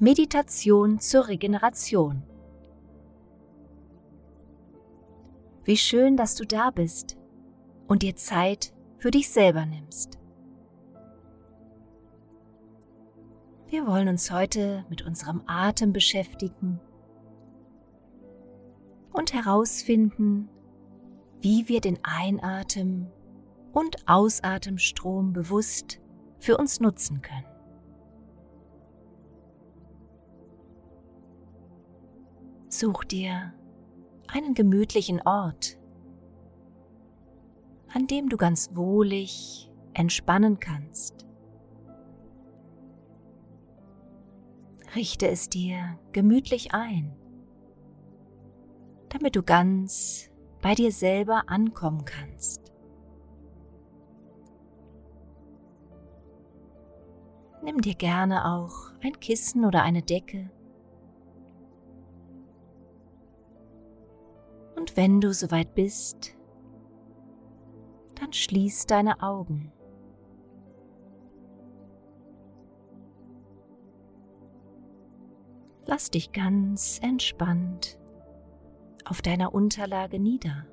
Meditation zur Regeneration. Wie schön, dass du da bist und dir Zeit für dich selber nimmst. Wir wollen uns heute mit unserem Atem beschäftigen und herausfinden, wie wir den Einatem- und Ausatemstrom bewusst für uns nutzen können. Such dir einen gemütlichen Ort, an dem du ganz wohlig entspannen kannst. Richte es dir gemütlich ein, damit du ganz bei dir selber ankommen kannst. Nimm dir gerne auch ein Kissen oder eine Decke. Und wenn du soweit bist, dann schließ deine Augen. Lass dich ganz entspannt auf deiner Unterlage nieder.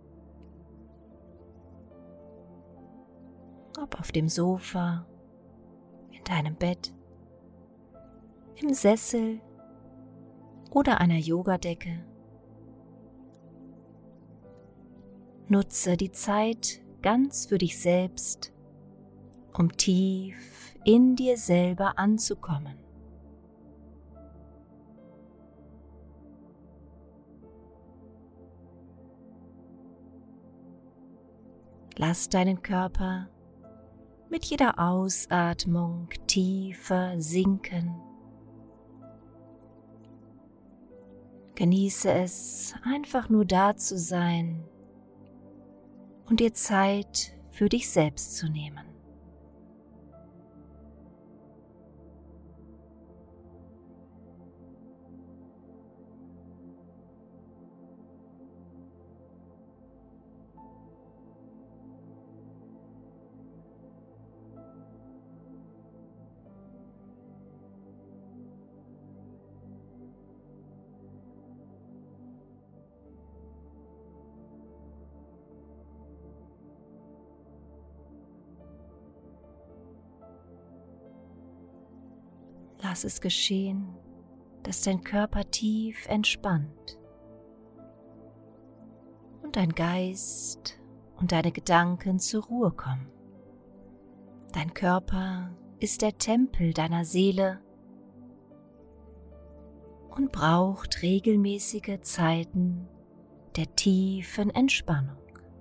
Ob auf dem Sofa, in deinem Bett, im Sessel oder einer Yogadecke. Nutze die Zeit ganz für dich selbst, um tief in dir selber anzukommen. Lass deinen Körper mit jeder Ausatmung tiefer sinken. Genieße es, einfach nur da zu sein und dir Zeit für dich selbst zu nehmen. Lass es geschehen, dass dein Körper tief entspannt und dein Geist und deine Gedanken zur Ruhe kommen. Dein Körper ist der Tempel deiner Seele und braucht regelmäßige Zeiten der tiefen Entspannung.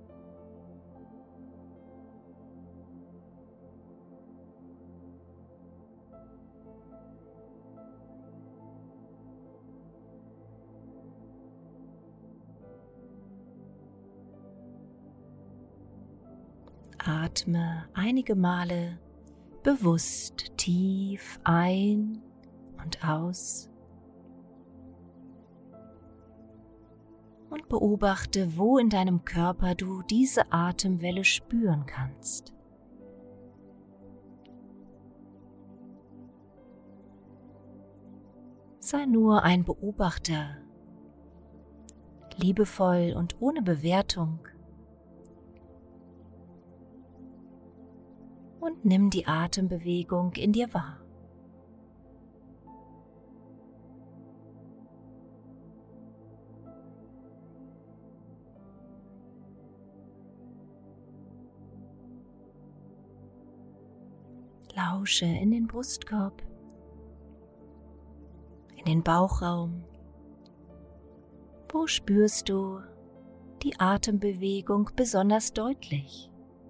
Atme einige Male bewusst tief ein und aus und beobachte, wo in deinem Körper du diese Atemwelle spüren kannst. Sei nur ein Beobachter, liebevoll und ohne Bewertung. Und nimm die Atembewegung in dir wahr. Lausche in den Brustkorb, in den Bauchraum. Wo spürst du die Atembewegung besonders deutlich?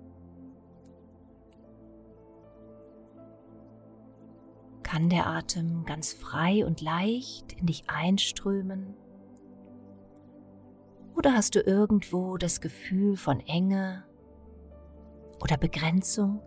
Kann der Atem ganz frei und leicht in dich einströmen? Oder hast du irgendwo das Gefühl von Enge oder Begrenzung?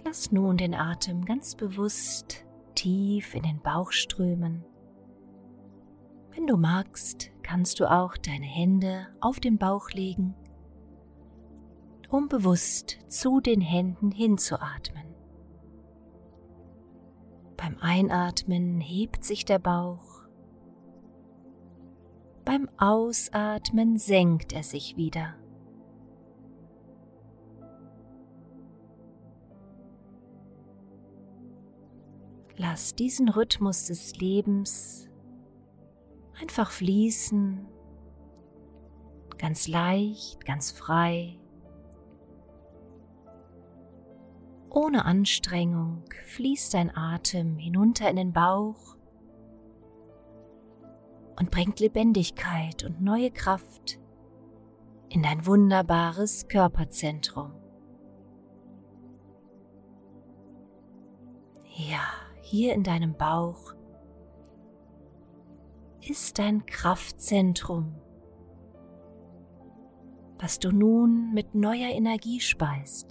Lass nun den Atem ganz bewusst tief in den Bauch strömen. Wenn du magst, kannst du auch deine Hände auf den Bauch legen, um bewusst zu den Händen hinzuatmen. Beim Einatmen hebt sich der Bauch, beim Ausatmen senkt er sich wieder. Lass diesen Rhythmus des Lebens einfach fließen, ganz leicht, ganz frei. Ohne Anstrengung fließt dein Atem hinunter in den Bauch und bringt Lebendigkeit und neue Kraft in dein wunderbares Körperzentrum. Ja, hier in deinem Bauch ist dein Kraftzentrum, das du nun mit neuer Energie speist.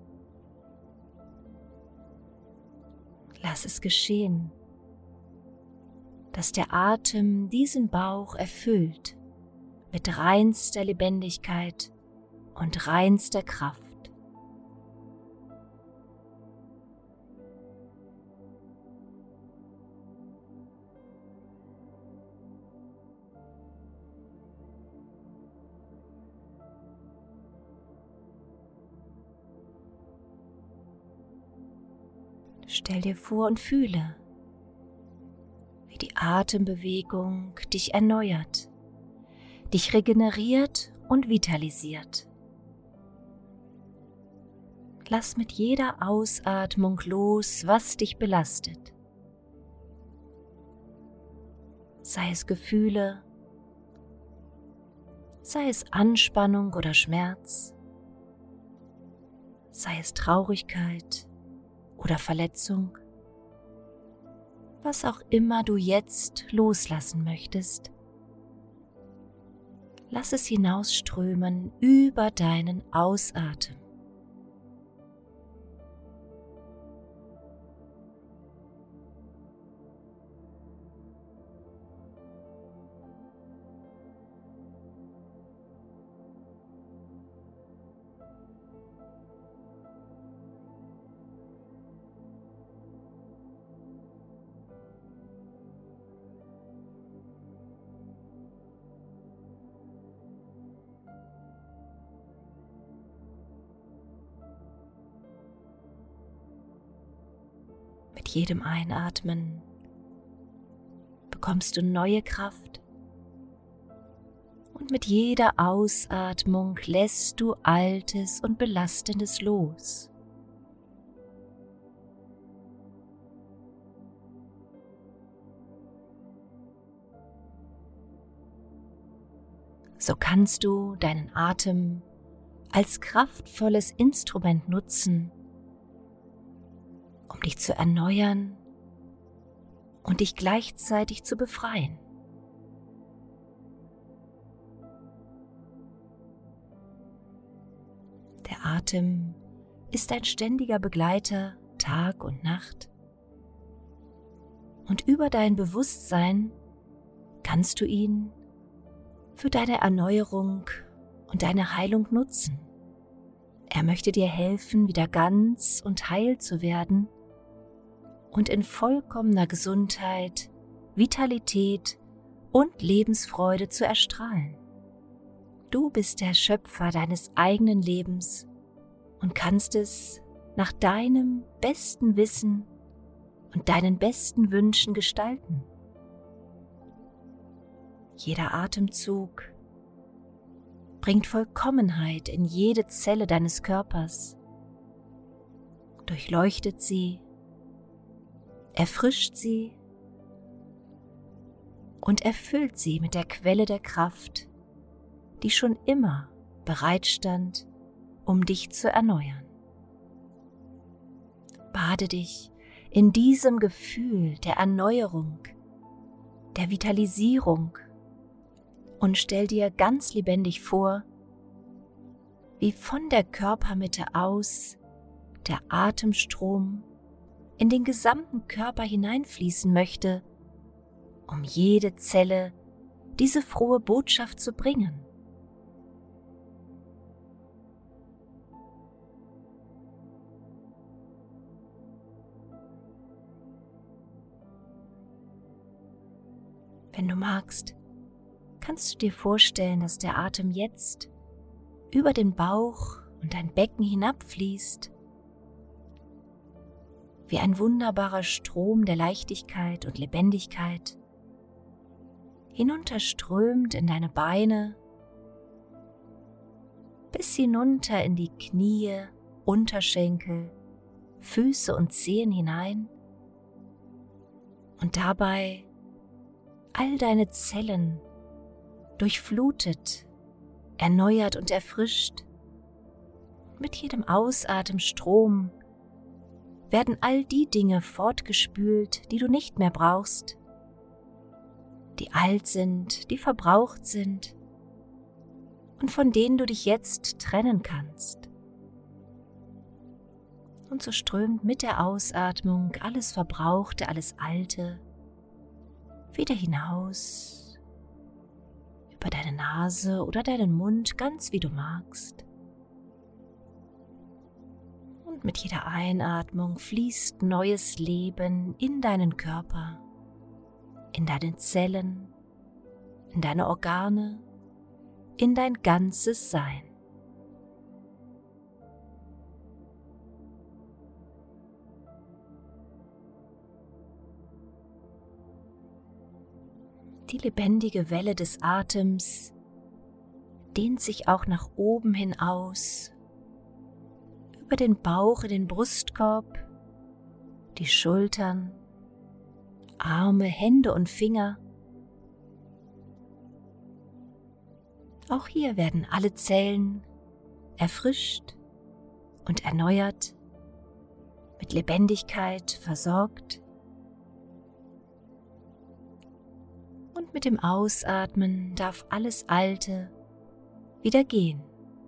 Lass es geschehen, dass der Atem diesen Bauch erfüllt mit reinster Lebendigkeit und reinster Kraft. Stell dir vor und fühle, wie die Atembewegung dich erneuert, dich regeneriert und vitalisiert. Lass mit jeder Ausatmung los, was dich belastet. Sei es Gefühle, sei es Anspannung oder Schmerz, sei es Traurigkeit oder Verletzung, was auch immer du jetzt loslassen möchtest, lass es hinausströmen über deinen Ausatmen. Mit jedem Einatmen bekommst du neue Kraft und mit jeder Ausatmung lässt du Altes und Belastendes los. So kannst du deinen Atem als kraftvolles Instrument nutzen, um dich zu erneuern und dich gleichzeitig zu befreien. Der Atem ist ein ständiger Begleiter Tag und Nacht. Und über dein Bewusstsein kannst du ihn für deine Erneuerung und deine Heilung nutzen. Er möchte dir helfen, wieder ganz und heil zu werden und in vollkommener Gesundheit, Vitalität und Lebensfreude zu erstrahlen. Du bist der Schöpfer deines eigenen Lebens und kannst es nach deinem besten Wissen und deinen besten Wünschen gestalten. Jeder Atemzug bringt Vollkommenheit in jede Zelle deines Körpers, durchleuchtet sie, erfrischt sie und erfüllt sie mit der Quelle der Kraft, die schon immer bereit stand, um dich zu erneuern. Bade dich in diesem Gefühl der Erneuerung, der Vitalisierung und stell dir ganz lebendig vor, wie von der Körpermitte aus der Atemstrom in den gesamten Körper hineinfließen möchte, um jede Zelle diese frohe Botschaft zu bringen. Wenn du magst, kannst du dir vorstellen, dass der Atem jetzt über den Bauch und dein Becken hinabfließt, wie ein wunderbarer Strom der Leichtigkeit und Lebendigkeit, hinunterströmt in deine Beine, bis hinunter in die Knie, Unterschenkel, Füße und Zehen hinein und dabei all deine Zellen durchflutet, erneuert und erfrischt. Mit jedem Ausatemstrom werden all die Dinge fortgespült, die du nicht mehr brauchst, die alt sind, die verbraucht sind und von denen du dich jetzt trennen kannst. Und so strömt mit der Ausatmung alles Verbrauchte, alles Alte wieder hinaus, über deine Nase oder deinen Mund, ganz wie du magst. Und mit jeder Einatmung fließt neues Leben in deinen Körper, in deine Zellen, in deine Organe, in dein ganzes Sein. Die lebendige Welle des Atems dehnt sich auch nach oben hin aus, über den Bauch in den Brustkorb, die Schultern, Arme, Hände und Finger. Auch hier werden alle Zellen erfrischt und erneuert, mit Lebendigkeit versorgt. Und mit dem Ausatmen darf alles Alte wieder gehen.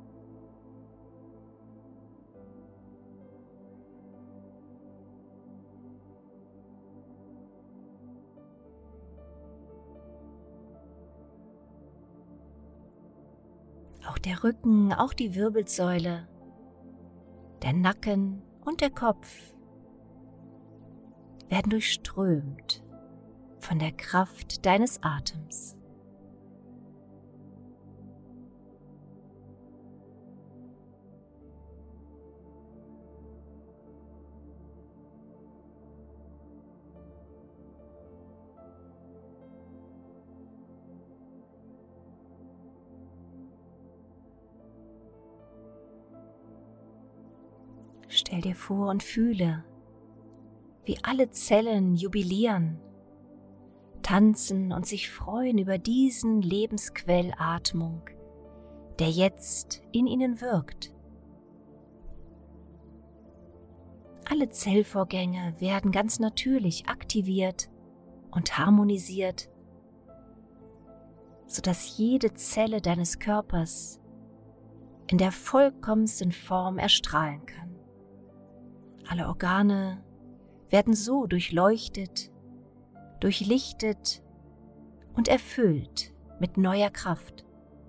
Auch der Rücken, auch die Wirbelsäule, der Nacken und der Kopf werden durchströmt von der Kraft deines Atems. Stell dir vor und fühle, wie alle Zellen jubilieren, tanzen und sich freuen über diesen Lebensquell Atmung, der jetzt in ihnen wirkt. Alle Zellvorgänge werden ganz natürlich aktiviert und harmonisiert, sodass jede Zelle deines Körpers in der vollkommensten Form erstrahlen kann. Alle Organe werden so durchleuchtet, durchlichtet und erfüllt mit neuer Kraft.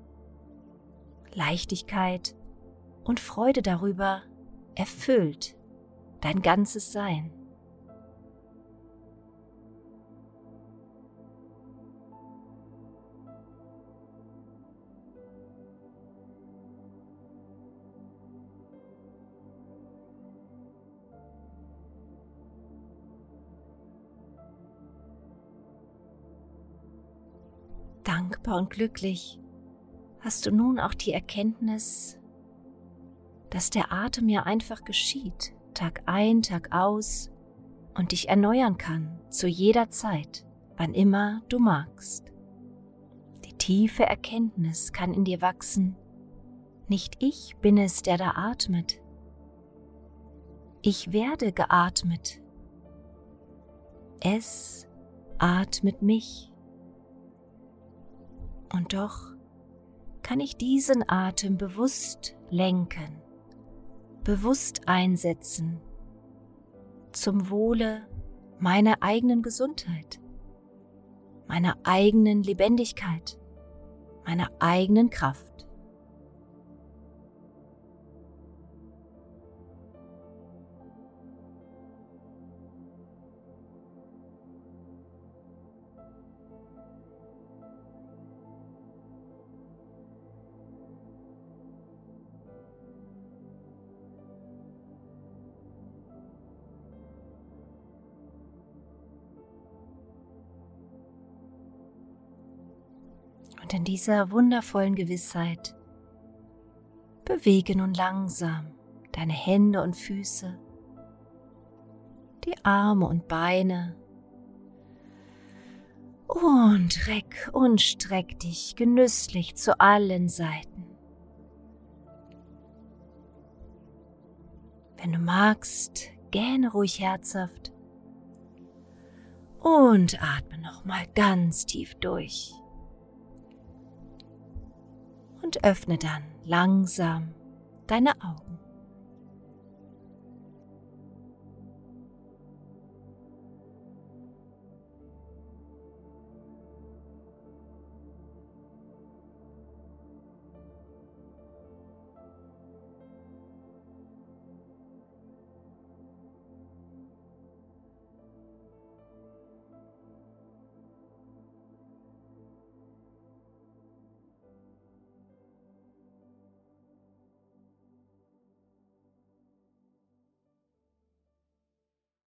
Leichtigkeit und Freude darüber erfüllt dein ganzes Sein. Dankbar und glücklich hast du nun auch die Erkenntnis, dass der Atem ja einfach geschieht, Tag ein, Tag aus und dich erneuern kann zu jeder Zeit, wann immer du magst. Die tiefe Erkenntnis kann in dir wachsen, nicht ich bin es, der da atmet. Ich werde geatmet. Es atmet mich. Und doch kann ich diesen Atem bewusst lenken bewusst einsetzen zum Wohle meiner eigenen Gesundheit, meiner eigenen Lebendigkeit, meiner eigenen Kraft. Und in dieser wundervollen Gewissheit bewege nun langsam deine Hände und Füße, die Arme und Beine und reck und streck dich genüsslich zu allen Seiten. Wenn du magst, gähne ruhig herzhaft und atme nochmal ganz tief durch. Und öffne dann langsam deine Augen.